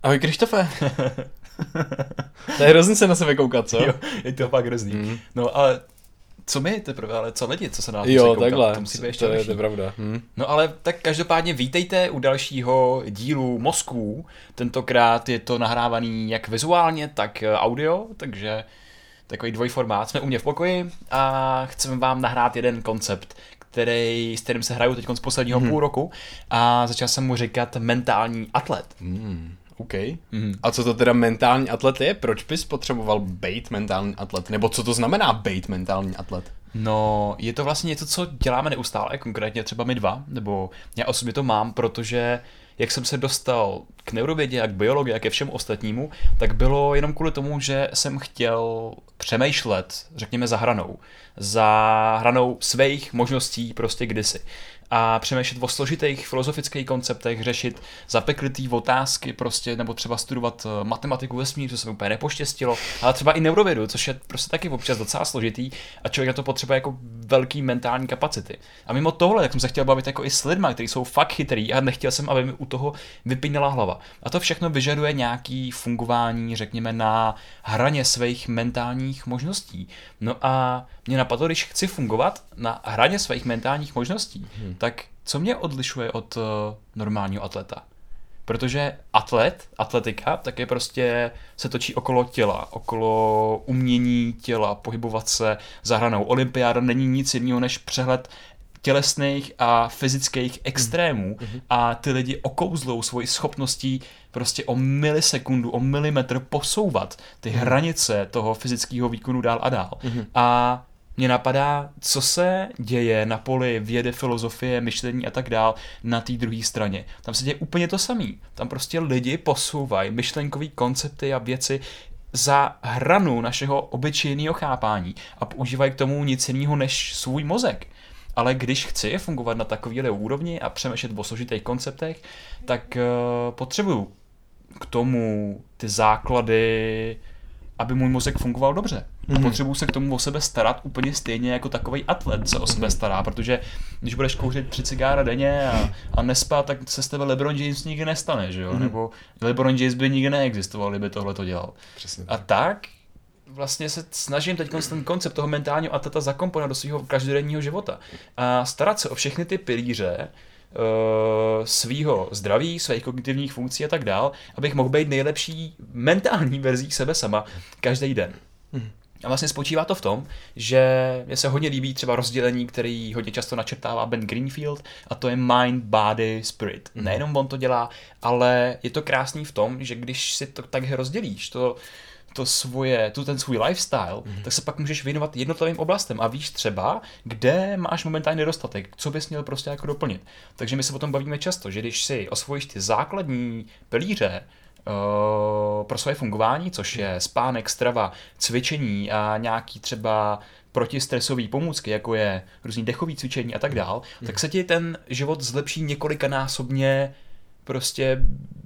Ahoj Krištofe. To je hrozný se na sebe koukat, co? Jo, je to fakt hrozný. No ale co my teprve, ale co lidi, co se na nás Jo, koukat, takhle, to musí být ještě to lepší. je pravda. No ale tak každopádně vítejte u dalšího dílu Mozků. Tentokrát je to nahrávaný jak vizuálně, tak audio, takže takový dvojformát. Jsme u mě v pokoji a chceme vám nahrát jeden koncept, s kterým se hraju teď z posledního půl roku a začal jsem mu říkat mentální atlet. OK. A co to teda mentální atlet je? Proč bys potřeboval být mentální atlet? Nebo co to znamená být mentální atlet? No, je to vlastně něco, co děláme neustále, konkrétně třeba my dva, nebo já osobně to mám, protože jak jsem se dostal k neurovědě a k biologii a ke všemu ostatnímu, tak bylo jenom kvůli tomu, že jsem chtěl přemýšlet, řekněme, za hranou svých možností prostě kdysi. A přemýšlet o složitých filozofických konceptech, řešit zapeklitý otázky prostě, nebo třeba studovat matematiku vesmíru, co se mi úplně nepoštěstilo, ale třeba i neurovědu, což je prostě taky občas docela složitý a člověk na to potřebuje jako velký mentální kapacity. A mimo tohle, jak jsem se chtěl bavit jako i s lidma, kteří jsou fakt chytrý a nechtěl jsem, aby mi u toho vypínala hlava. A to všechno vyžaduje nějaký fungování, řekněme, na hraně svých mentálních možností. No a mě napadlo, když chci fungovat na hraně svých mentálních možností, tak co mě odlišuje od normálního atleta? Protože atletika, tak je prostě se točí okolo těla, okolo umění těla, pohybovat se za hranou. Olympiáda není nic jiného než přehled tělesných a fyzických extrémů a ty lidi okouzlou svoji schopností prostě o milisekundu, o milimetr posouvat ty hranice toho fyzického výkonu dál a dál. A mě napadá, co se děje na poli vědy, filozofie, myšlení a tak dál na té druhé straně. Tam se děje úplně to samé. Tam prostě lidi posouvají myšlenkové koncepty a věci za hranu našeho obyčejného chápání a používají k tomu nic jiného než svůj mozek. Ale když chci fungovat na takovéhle úrovni a přemýšlet o složitých konceptech, tak potřebuju k tomu ty základy, aby můj mozek fungoval dobře. A potřebuju se k tomu o sebe starat úplně stejně jako takovej atlet se o sebe stará, protože když budeš kouřit 3 cigára denně a nespat, tak se s tebe LeBron James nikdy nestane, že jo? Nebo LeBron James by nikdy neexistoval, kdyby tohle to dělal. Přesně. A tak vlastně se snažím teď ten koncept toho mentálního atleta zakomponovat do svého každodenního života a starat se o všechny ty pilíře svýho zdraví, svých kognitivních funkcí a tak dál, abych mohl být nejlepší mentální verzí sebe sama každý den. A vlastně spočívá to v tom, že mně se hodně líbí třeba rozdělení, který hodně často načrtává Ben Greenfield, a to je mind, body, spirit. Nejenom on to dělá, ale je to krásný v tom, že když si to tak rozdělíš, ten svůj lifestyle, tak se pak můžeš věnovat jednotlivým oblastem a víš třeba, kde máš momentální nedostatek, co bys měl prostě jako doplnit. Takže my se o tom bavíme často, že když si osvojíš ty základní pilíře pro svoje fungování, což je spánek, strava, cvičení a nějaký třeba protistresový pomůcky, jako je různý dechový cvičení a tak dál, tak se ti ten život zlepší několikanásobně prostě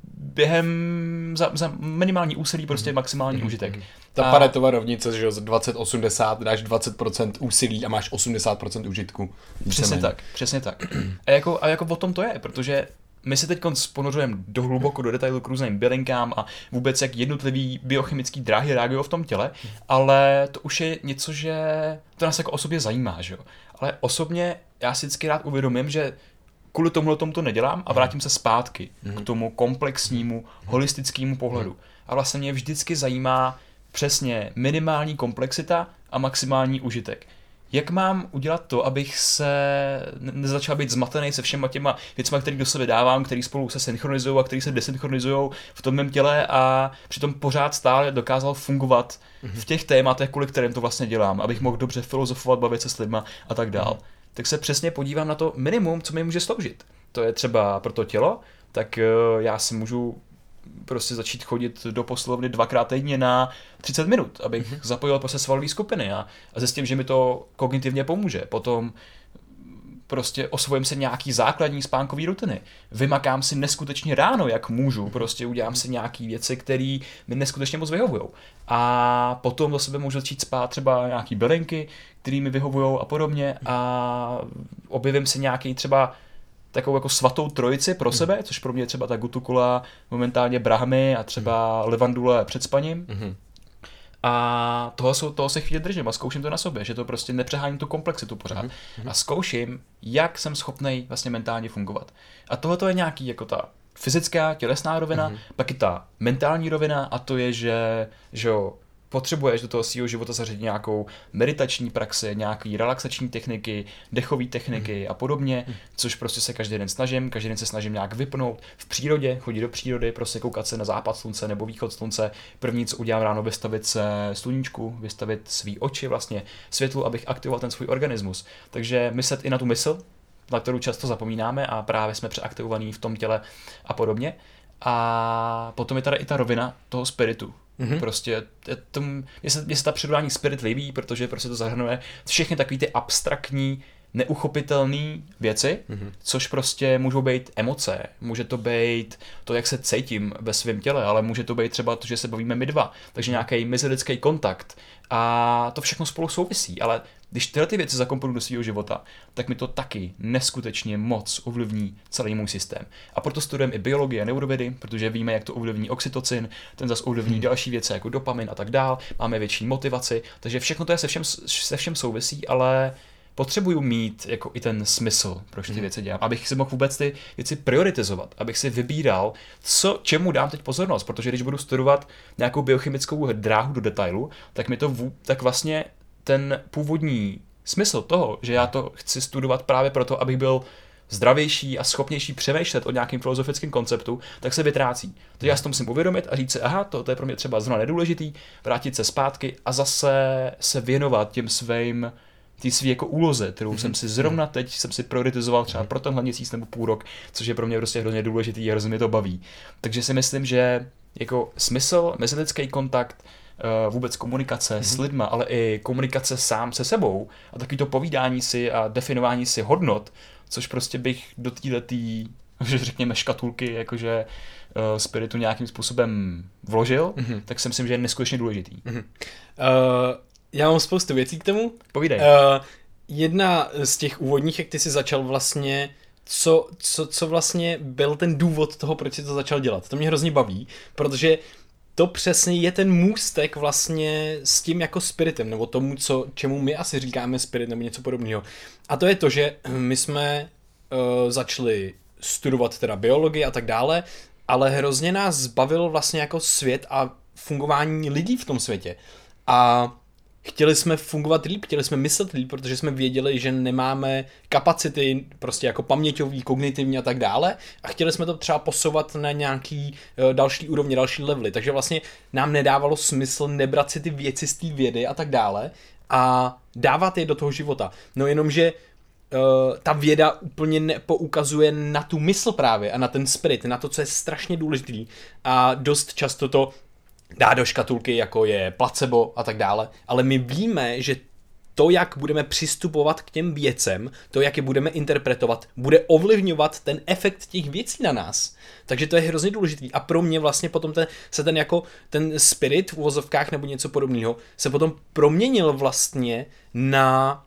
během za minimální úsilí prostě maximální užitek. Ta Paretova rovnice, že z 20-80 dáš 20% úsilí a máš 80% užitku. Přesně tak. A jako o tom to je, protože my se teď ponořujeme hluboko do detailu k různým bylinkám a vůbec jak jednotlivý biochemický dráhy reagují v tom těle, ale to už je něco, že to nás jako osobně zajímá, že jo. Ale osobně já si vždycky rád uvědomím, že kvůli tomuhle tomu to nedělám a vrátím se zpátky k tomu komplexnímu, holistickému pohledu. A vlastně mě vždycky zajímá přesně minimální komplexita a maximální užitek. Jak mám udělat to, abych se nezačal být zmatený se všema těma věcma, které do sebe dávám, které spolu se synchronizují a které se desynchronizují v tom mém těle a přitom pořád stále dokázal fungovat v těch tématech, kvůli kterým to vlastně dělám, abych mohl dobře filozofovat, bavit se s lidma a tak dál. Tak se přesně podívám na to minimum, co mi může sloužit. To je třeba pro to tělo, tak já si můžu prostě začít chodit do posilovny 2x týdně na 30 minut, abych zapojil prostě svalové skupiny a zjistím, že mi to kognitivně pomůže. Potom prostě osvojím se nějaký základní spánkový rutiny. Vymakám si neskutečně ráno, jak můžu, prostě udělám si nějaký věci, které mi neskutečně moc vyhovujou. A potom do sebe můžu začít spát třeba nějaký bylinky, které mi vyhovujou a podobně a objevím si nějaký třeba takovou jako svatou trojici pro sebe, což pro mě je třeba ta Gutukula, momentálně Brahmy a třeba Levandule před spaním. A toho se chvíli držím a zkouším to na sobě, že to prostě nepřeháním tu komplexitu pořád. A zkouším, jak jsem schopnej vlastně mentálně fungovat. A tohle je nějaký jako ta fyzická, tělesná rovina, pak i ta mentální rovina a to je, že potřebuješ do toho svého života zařadit nějakou meditační praxi, nějaký relaxační techniky, dechové techniky a podobně, což prostě se každý den se snažím nějak vypnout v přírodě, chodit do přírody, prostě koukat se na západ slunce nebo východ slunce. První, co udělám ráno, vystavit se sluníčku, vystavit svý oči vlastně světlu, abych aktivoval ten svůj organismus. Takže myslet i na tu mysl, na kterou často zapomínáme a právě jsme přeaktivovaní v tom těle a podobně. A potom je tady i ta rovina toho spiritu. Prostě mně se ta přirovnání spirit líbí, protože prostě to zahrnuje všechny takové ty abstraktní, neuchopitelné věci, což prostě můžou být emoce, může to být to, jak se cítím ve svém těle, ale může to být třeba to, že se bavíme my dva, takže nějaký mezilidský kontakt a to všechno spolu souvisí, ale když tyhle ty věci zakomponuji do svého života, tak mi to taky neskutečně moc ovlivní celý můj systém. A proto studujeme i biologii a neurovědy, protože víme, jak to ovlivní oxytocin, ten zase ovlivní další věci jako dopamin a tak dál, máme větší motivaci, takže všechno to je se všem souvisí, ale potřebuju mít jako i ten smysl, proč ty věci dělám, abych si mohl vůbec ty věci prioritizovat, abych si vybíral, čemu dám teď pozornost, protože když budu studovat nějakou biochemickou dráhu do detailu, tak mi to tak vlastně ten původní smysl toho, že já to chci studovat právě proto, abych byl zdravější a schopnější přemýšlet o nějakém filozofickém konceptu, tak se vytrácí. Takže já si to musím uvědomit a říct si, aha, to je pro mě třeba zrovna nedůležitý, vrátit se zpátky a zase se věnovat těm svým té svý jako úloze, kterou jsem si zrovna teď jsem si prioritizoval třeba pro tenhle měsíc nebo půl rok, což je pro mě prostě hrozně důležitý a hrozně mě to baví. Takže si myslím, že jako smysl, mezilidský kontakt, vůbec komunikace s lidma, ale i komunikace sám se sebou a takový to povídání si a definování si hodnot, což prostě bych do této, že řekněme škatulky, jakože spiritu nějakým způsobem vložil, tak si myslím, že je neskutečně důležitý. Já mám spoustu věcí k tomu. Povídej. Jedna z těch úvodních, jak ty jsi začal vlastně, co vlastně byl ten důvod toho, proč jsi to začal dělat. To mě hrozně baví, protože to přesně je ten můstek vlastně s tím jako spiritem, nebo tomu, čemu my asi říkáme spirit, nebo něco podobného. A to je to, že my jsme začali studovat teda biologii a tak dále, ale hrozně nás zbavil vlastně jako svět a fungování lidí v tom světě. A chtěli jsme fungovat líp, chtěli jsme myslet líp, protože jsme věděli, že nemáme kapacity prostě jako paměťový, kognitivní a tak dále a chtěli jsme to třeba posouvat na nějaký další úrovně, další levely, takže vlastně nám nedávalo smysl nebrat si ty věci z té vědy a tak dále a dávat je do toho života. No jenomže ta věda úplně nepoukazuje na tu mysl právě a na ten spirit, na to, co je strašně důležitý a dost často to dá do škatulky, jako je placebo a tak dále, ale my víme, že to, jak budeme přistupovat k těm věcem, to, jak je budeme interpretovat, bude ovlivňovat ten efekt těch věcí na nás. Takže to je hrozně důležitý a pro mě vlastně potom ten spirit v uvozovkách nebo něco podobného se potom proměnil vlastně na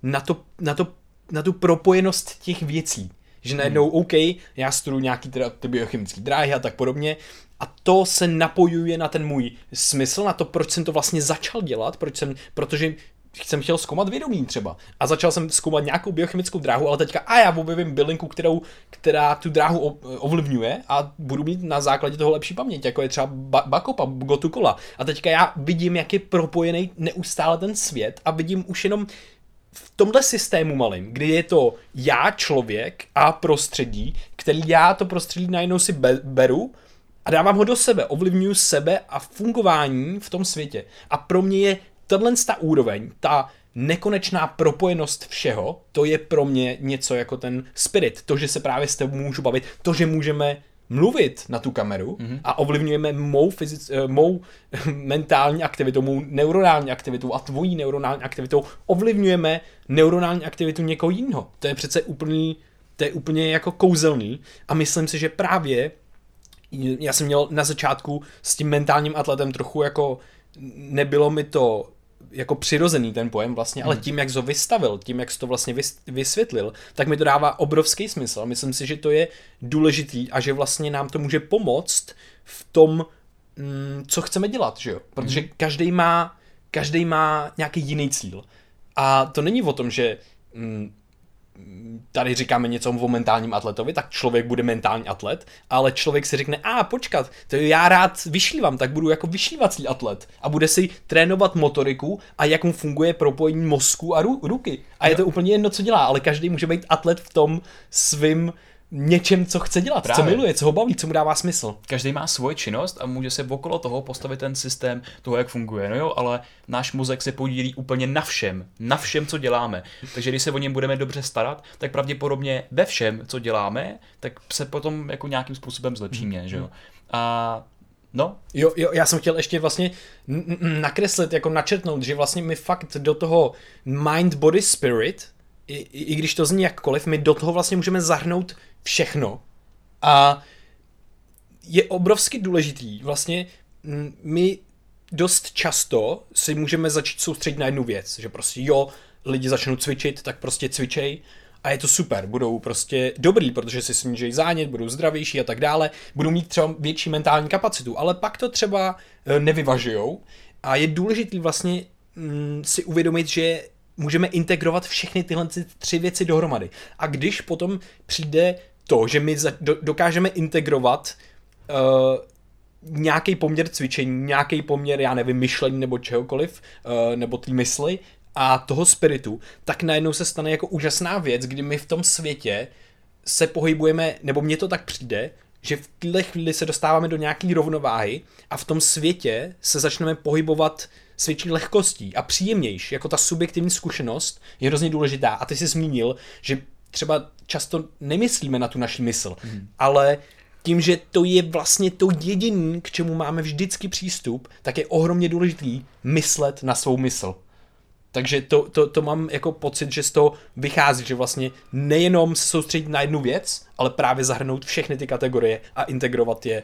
tu propojenost těch věcí. Že najednou, OK, já studuju nějaký ty biochemické dráhy a tak podobně a to se napojuje na ten můj smysl, na to, proč jsem to vlastně začal dělat, protože jsem chtěl zkoumat vědomí třeba. A začal jsem zkoumat nějakou biochemickou dráhu, ale teďka já objevím bylinku, která tu dráhu ovlivňuje a budu mít na základě toho lepší paměť, jako je třeba Bacopa, Gotukola. A teďka já vidím, jak je propojený neustále ten svět a vidím už jenom v tomhle systému malým, kdy je to já, člověk a prostředí, který já to prostředí najednou si beru a dávám ho do sebe, ovlivňuji sebe a fungování v tom světě. A pro mě je ta úroveň, ta nekonečná propojenost všeho, to je pro mě něco jako ten spirit. To, že se právě s tebou můžu bavit, to, že můžeme mluvit na tu kameru a ovlivňujeme mou mentální aktivitou, mou neuronální aktivitou a tvojí neuronální aktivitou, ovlivňujeme neuronální aktivitu někoho jiného. To je přece úplně jako kouzelný a myslím si, že právě já jsem měl na začátku s tím mentálním atletem trochu jako nebylo mi to jako přirozený ten pojem vlastně, ale tím, jak jsi ho vystavil, tím, jak jsi to vlastně vysvětlil, tak mi to dává obrovský smysl. Myslím si, že to je důležitý a že vlastně nám to může pomoct v tom, co chceme dělat, že jo? Protože každý má nějaký jiný cíl. A to není o tom, že tady říkáme něco o mentálním atletovi, tak člověk bude mentální atlet, ale člověk si řekne, počkat, to já rád vyšlívám, tak budu jako vyšlívací atlet a bude si trénovat motoriku a jak mu funguje propojení mozku a ruky. A je to úplně jedno, co dělá, ale každý může být atlet v tom svým něčem, co chce dělat, co miluje, co ho baví, co mu dává smysl. Každý má svoji činnost a může se okolo toho postavit ten systém toho, jak funguje. No jo, ale náš mozek se podílí úplně na všem, co děláme. Takže když se o něm budeme dobře starat, tak pravděpodobně ve všem, co děláme, tak se potom jako nějakým způsobem zlepšíme, že jo. A no. Jo, já jsem chtěl ještě vlastně nakreslit, jako načrtnout, že vlastně my fakt do toho mind, body, spirit, i když to zní jakkoliv, my do toho vlastně můžeme zahrnout všechno. A je obrovsky důležitý. Vlastně my dost často si můžeme začít soustředit na jednu věc. Že prostě lidi začnou cvičit, tak prostě cvičej a je to super. Budou prostě dobrý, protože si snížejí zánět, budou zdravější a tak dále. Budou mít třeba větší mentální kapacitu, ale pak to třeba nevyvažujou. A je důležitý vlastně si uvědomit, že můžeme integrovat všechny tyhle 3 věci dohromady. A když potom přijde to, že my dokážeme integrovat nějaký poměr cvičení, nějaký poměr, já nevím, myšlení nebo čehokoliv, nebo té mysli a toho spiritu, tak najednou se stane jako úžasná věc, kdy my v tom světě se pohybujeme, nebo mně to tak přijde, že v této chvíli se dostáváme do nějaký rovnováhy a v tom světě se začneme pohybovat s větší lehkostí a příjemnější, jako ta subjektivní zkušenost je hrozně důležitá. A ty jsi zmínil, že třeba často nemyslíme na tu naši mysl, ale tím, že to je vlastně to jediné, k čemu máme vždycky přístup, tak je ohromně důležitý myslet na svou mysl. Takže to mám jako pocit, že z toho vychází, že vlastně nejenom se soustředit na jednu věc, ale právě zahrnout všechny ty kategorie a integrovat je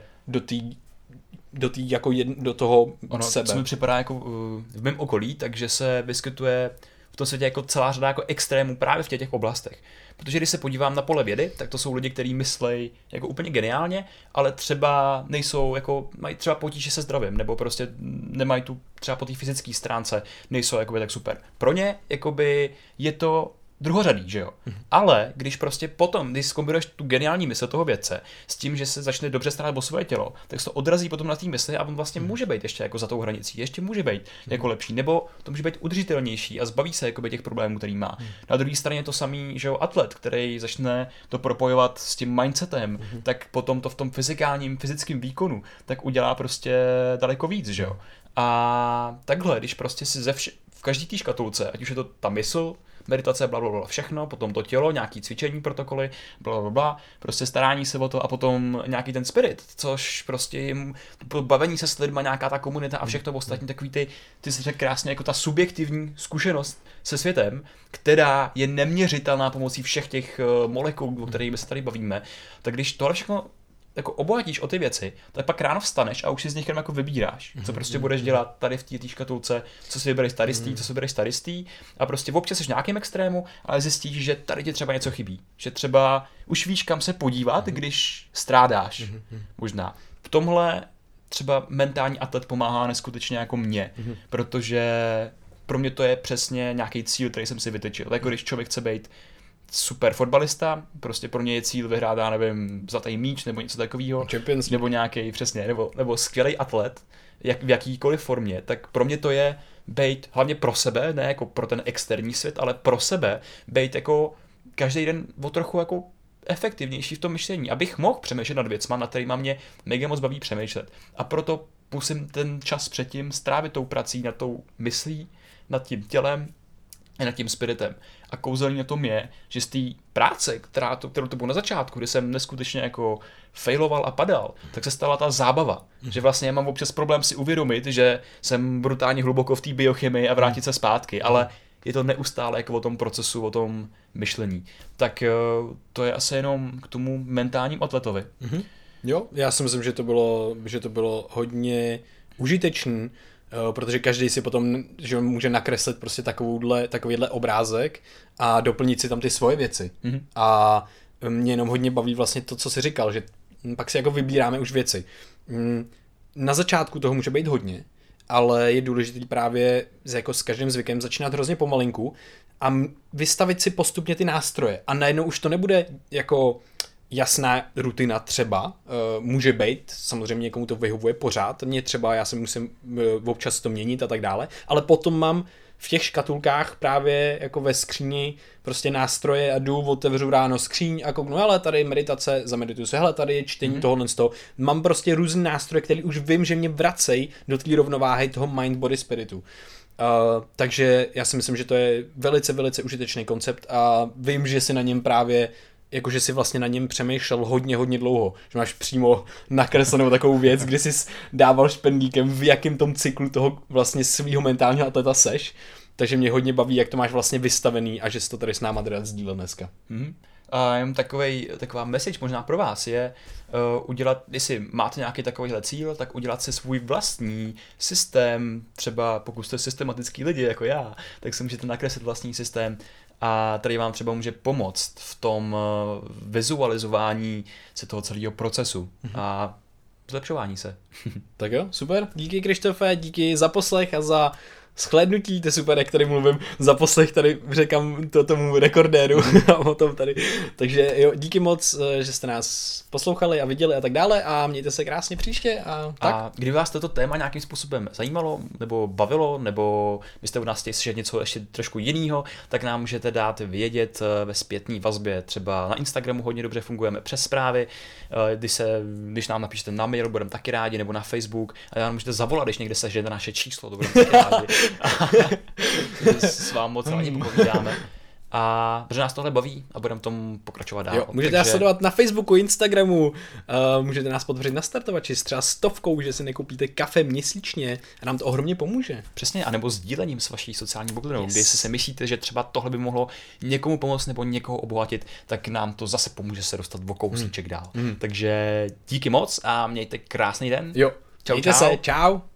do toho sebe. Co mi připadá jako v mém okolí, takže se vyskytuje v tom světě jako celá řada jako extrémů právě v těch oblastech. Protože když se podívám na pole vědy, tak to jsou lidi, kteří myslejí jako úplně geniálně, ale třeba nejsou, jako mají třeba potíže se zdravím, nebo prostě nemají tu třeba po té fyzické stránce, nejsou jakoby tak super. Pro ně jakoby je to druhořadý, že jo. Ale když prostě potom, když zkombinuješ tu geniální mysl toho vědce s tím, že se začne dobře starat o svoje tělo, tak se to odrazí potom na té mysli a on vlastně může být ještě jako za tou hranicí, ještě může být jako lepší, nebo to může být udržitelnější a zbaví se jakoby těch problémů, který má. Na druhé straně to samý, že jo, atlet, který začne to propojovat s tím mindsetem, tak potom to v tom fyzickém výkonu, tak udělá prostě daleko víc, že jo. A takhle, když prostě si v každý té škatulce, ať už je to ta mysl, meditace, blablabla, všechno, potom to tělo, nějaký cvičení, protokoly, blablabla, prostě starání se o to a potom nějaký ten spirit, což prostě jim bavení se s lidma, nějaká ta komunita a všechno ostatní takový ty si řekl krásně, jako ta subjektivní zkušenost se světem, která je neměřitelná pomocí všech těch molekul, o kterých se tady bavíme, tak když tohle všechno jako obohatíš o ty věci, tak pak ráno vstaneš a už si z nich jako vybíráš, co prostě budeš dělat tady v té škatulce, co si vybereš tady z té, co si vybereš tady z té a prostě občas jsi v nějakém extrému, ale zjistíš, že tady ti třeba něco chybí, že třeba už víš, kam se podívat, když strádáš, možná. V tomhle třeba mentální atlet pomáhá neskutečně jako mě, protože pro mě to je přesně nějaký cíl, který jsem si vytyčil, jako když člověk chce být super fotbalista, prostě pro ně je cíl vyhrát, já nevím, zlatý míč nebo něco takového, nebo nějaký přesně, nebo skvělý atlet, v jakýkoliv formě, tak pro mě to je být hlavně pro sebe, ne jako pro ten externí svět, ale pro sebe, být jako každý den o trochu jako efektivnější v tom myšlení, abych mohl přemýšlet nad věcma, nad kterýma mě mega moc baví přemýšlet. A proto musím ten čas předtím strávit tou prací, nad tou myslí, nad tím tělem, a nad tím spiritem. A kouzelní na tom je, že z té práce, kterou to bylo na začátku, kdy jsem neskutečně jako failoval a padal, tak se stala ta zábava. Že vlastně mám občas problém si uvědomit, že jsem brutálně hluboko v té biochemii a vrátit se zpátky, ale je to neustále jako o tom procesu, o tom myšlení. Tak to je asi jenom k tomu mentálním atletovi. Jo, já si myslím, že to bylo hodně užitečný protože každý si potom že může nakreslit prostě takovýhle obrázek a doplnit si tam ty svoje věci. A mě jenom hodně baví vlastně to, co jsi říkal, že pak si jako vybíráme už věci. Na začátku toho může být hodně, ale je důležitý právě jako s každým zvykem začínat hrozně pomalinku a vystavit si postupně ty nástroje. A najednou už to nebude jako jasná rutina třeba, může být, samozřejmě někomu to vyhovuje pořád, mě třeba, já si musím občas to měnit a tak dále, ale potom mám v těch škatulkách právě jako ve skříni prostě nástroje a jdu, otevřu ráno skříň a kouknu, hele, tady meditace, zamedituju se, hele, tady je čtení tohohle z toho. Mám prostě různý nástroje, který už vím, že mě vracejí do té rovnováhy toho mind, body, spiritu. Takže já si myslím, že to je velice, velice užitečný koncept a vím, že si na něm právě jakože si vlastně na něm přemýšlel hodně, hodně dlouho. Že máš přímo nakreslenou takovou věc, kdy jsi dával špendlíkem, v jakém tom cyklu toho vlastně svýho mentálního atleta seš. Takže mě hodně baví, jak to máš vlastně vystavený a že jsi to tady s náma rád sdílel dneska. A jenom taková message možná pro vás je udělat, jestli máte nějaký takovýhle cíl, tak udělat si svůj vlastní systém, třeba pokud jste systematický lidi jako já, tak si můžete nakreslit vlastní systém a tady vám třeba může pomoct v tom vizualizování se toho celého procesu a zlepšování se. Tak jo, super. Díky Krištofe, díky za poslech a za shlédnutí, to je super, jak tady mluvím, za poslech tady řekám to tomu rekordéru a o tom tady. Takže jo, díky moc, že jste nás poslouchali a viděli a tak dále a mějte se krásně příště a tak. A kdyby vás toto téma nějakým způsobem zajímalo nebo bavilo, nebo byste u nás chtěli slyšet něco ještě trošku jiného, tak nám můžete dát vědět ve zpětné vazbě. Třeba na Instagramu hodně dobře fungujeme přes zprávy, když nám napíšete na mail, budeme taky rádi, nebo na Facebook a nám můžete zavolat, když někde sežete naše číslo, to budeme taky rádi. S vám moc rádi popovídáme. A protože nás tohle baví a budeme tomu pokračovat dál. Jo, můžete nás sledovat na Facebooku, Instagramu, můžete nás podpořit na startovači s třeba 100, že si nekoupíte kafe měsíčně a nám to ohromně pomůže. Přesně, anebo sdílením s vaší sociální bublinou, kdy si myslíte, že třeba tohle by mohlo někomu pomoct nebo někoho obohatit, tak nám to zase pomůže se dostat o kousíček dál. Takže díky moc a mějte krásný den. Jo, mějte se, čau.